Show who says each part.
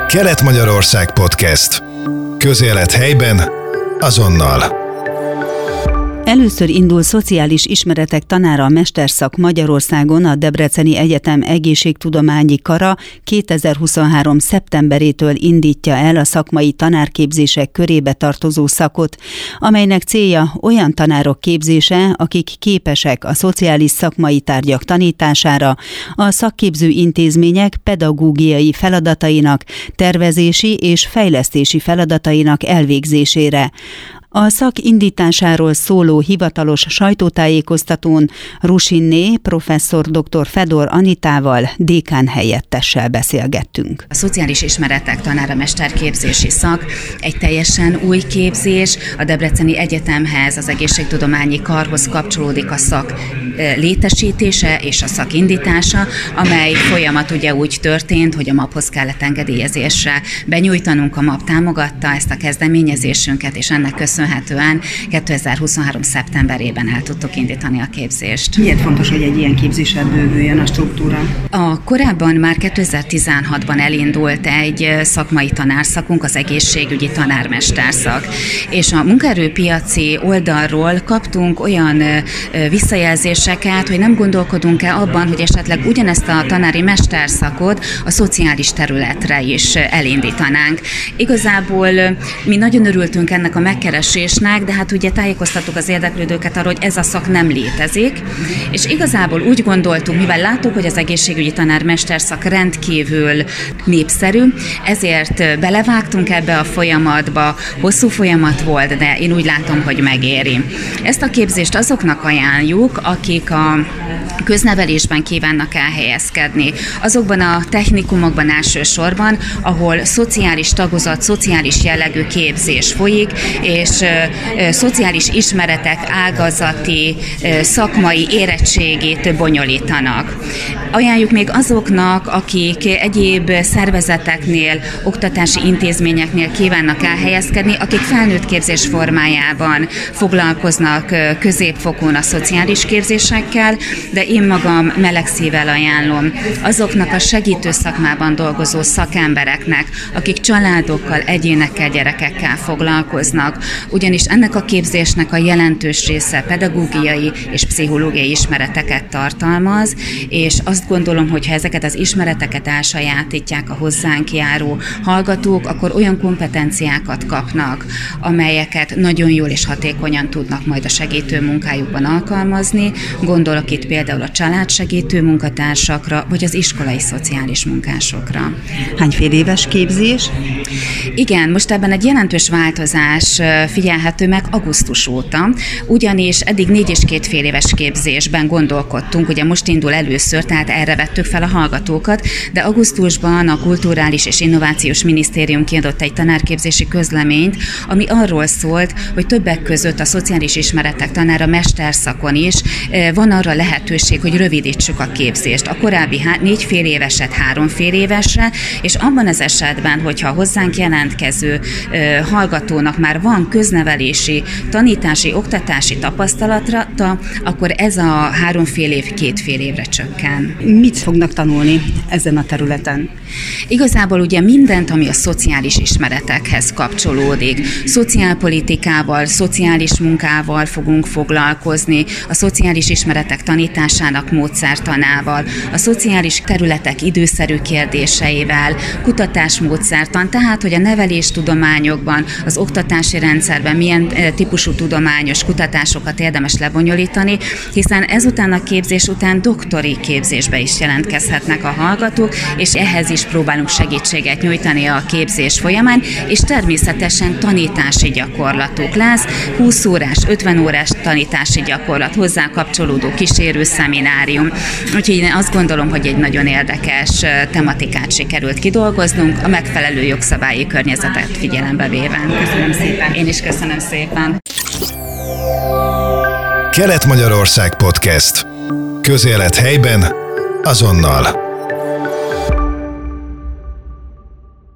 Speaker 1: Kelet-Magyarország Podcast. Közélet helyben, azonnal.
Speaker 2: Először indul szociális ismeretek tanára a mesterszak Magyarországon a Debreceni Egyetem Egészségtudományi Kara 2023. szeptemberétől indítja el a szakmai tanárképzések körébe tartozó szakot, amelynek célja olyan tanárok képzése, akik képesek a szociális szakmai tárgyak tanítására, a szakképző intézmények pedagógiai feladatainak, tervezési és fejlesztési feladatainak elvégzésére. A szak indításáról szóló hivatalos sajtótájékoztatón Rusinné professzor dr. Fedor Anitával, dékán helyettessel beszélgettünk.
Speaker 3: A szociális ismeretek tanára mesterképzési szak egy teljesen új képzés, a Debreceni Egyetemhez, az Egészségtudományi Karhoz kapcsolódik a szak létesítése és a szak indítása, amely folyamat ugye úgy történt, hogy a MAP-hoz kellett engedélyezésre benyújtanunk, a MAP támogatta ezt a kezdeményezésünket, és ennek köszönhetően 2023. szeptemberében el tudtuk indítani a képzést.
Speaker 2: Miért fontos, hogy egy ilyen képzéssel bővüljön a struktúra?
Speaker 3: Korábban már 2016-ban elindult egy szakmai tanárszakunk, az egészségügyi tanármesterszak, és a munkaerőpiaci oldalról kaptunk olyan visszajelzéseket, hogy nem gondolkodunk-e abban, hogy esetleg ugyanezt a tanári mesterszakot a szociális területre is elindítanánk. Igazából mi nagyon örültünk ennek a megkeresésnek, de hát ugye tájékoztattuk az érdeklődőket arról, hogy ez a szak nem létezik, és igazából úgy gondoltuk, mivel láttuk, hogy az egészségügyi tanármesterszak rendkívül népszerű, ezért belevágtunk ebbe a folyamatba, hosszú folyamat volt, de én úgy látom, hogy megéri. Ezt a képzést azoknak ajánljuk, akik a köznevelésben kívánnak elhelyezkedni. Azokban a technikumokban elsősorban, ahol szociális tagozat, szociális jellegű képzés folyik, és szociális ismeretek ágazati, szakmai érettségét bonyolítanak. Ajánljuk még azoknak, akik egyéb szervezeteknél, oktatási intézményeknél kívánnak elhelyezkedni, akik felnőtt képzés formájában foglalkoznak középfokon a szociális képzésekkel, de én magam meleg szívvel ajánlom azoknak a segítő szakmában dolgozó szakembereknek, akik családokkal, egyénekkel, gyerekekkel foglalkoznak, ugyanis ennek a képzésnek a jelentős része pedagógiai és pszichológiai ismereteket tartalmaz, és azt gondolom, hogy ha ezeket az ismereteket elsajátítják a hozzánk járó hallgatók, akkor olyan kompetenciákat kapnak, amelyeket nagyon jól és hatékonyan tudnak majd a segítő munkájukban alkalmazni. Gondolok itt például a családsegítő munkatársakra, vagy az iskolai szociális munkásokra.
Speaker 2: Hányfél éves képzés?
Speaker 3: Igen, most ebben egy jelentős változás figyelhető meg augusztus óta, ugyanis eddig 4,5 éves képzésben gondolkodtunk, ugye most indul először, tehát erre vettük fel a hallgatókat, de augusztusban a Kulturális és Innovációs Minisztérium kiadott egy tanárképzési közleményt, ami arról szólt, hogy többek között a szociális ismeretek tanára mesterszakon is van arra lehetőség, hogy rövidítsük a képzést. A korábbi 4,5 éveset 3,5 évesre, és abban az esetben, hogyha hozzánk jelentkező hallgatónak már van köznevelési, tanítási, oktatási tapasztalata, akkor ez a 3,5 év 2,5 évre csökken.
Speaker 2: Mit fognak tanulni ezen a területen?
Speaker 3: Igazából ugye mindent, ami a szociális ismeretekhez kapcsolódik. Szociálpolitikával, szociális munkával fogunk foglalkozni, a szociális ismeretek tanításának módszertanával, a szociális területek időszerű kérdéseivel, kutatásmódszertan, tehát, hogy a neveléstudományokban, az oktatási rendszerben milyen típusú tudományos kutatásokat érdemes lebonyolítani, hiszen ezután a képzés után doktori képzésbe is jelentkezhetnek a hallgatók, és ehhez is próbálunk segítséget nyújtani a képzés folyamán, és természetesen tanítási gyakorlatuk lesz, 20 órás, 50 órás tanítási gyakorlat, hozzá kapcsolódó kísérő szeminárium. Úgyhogy én azt gondolom, hogy egy nagyon érdekes tematikát sikerült kidolgoznunk, a megfelelő jogszabályi környezetet figyelembe véve.
Speaker 2: Köszönöm szépen.
Speaker 3: Én is köszönöm szépen.
Speaker 1: Kelet-Magyarország Podcast. Közélet helyben, azonnal.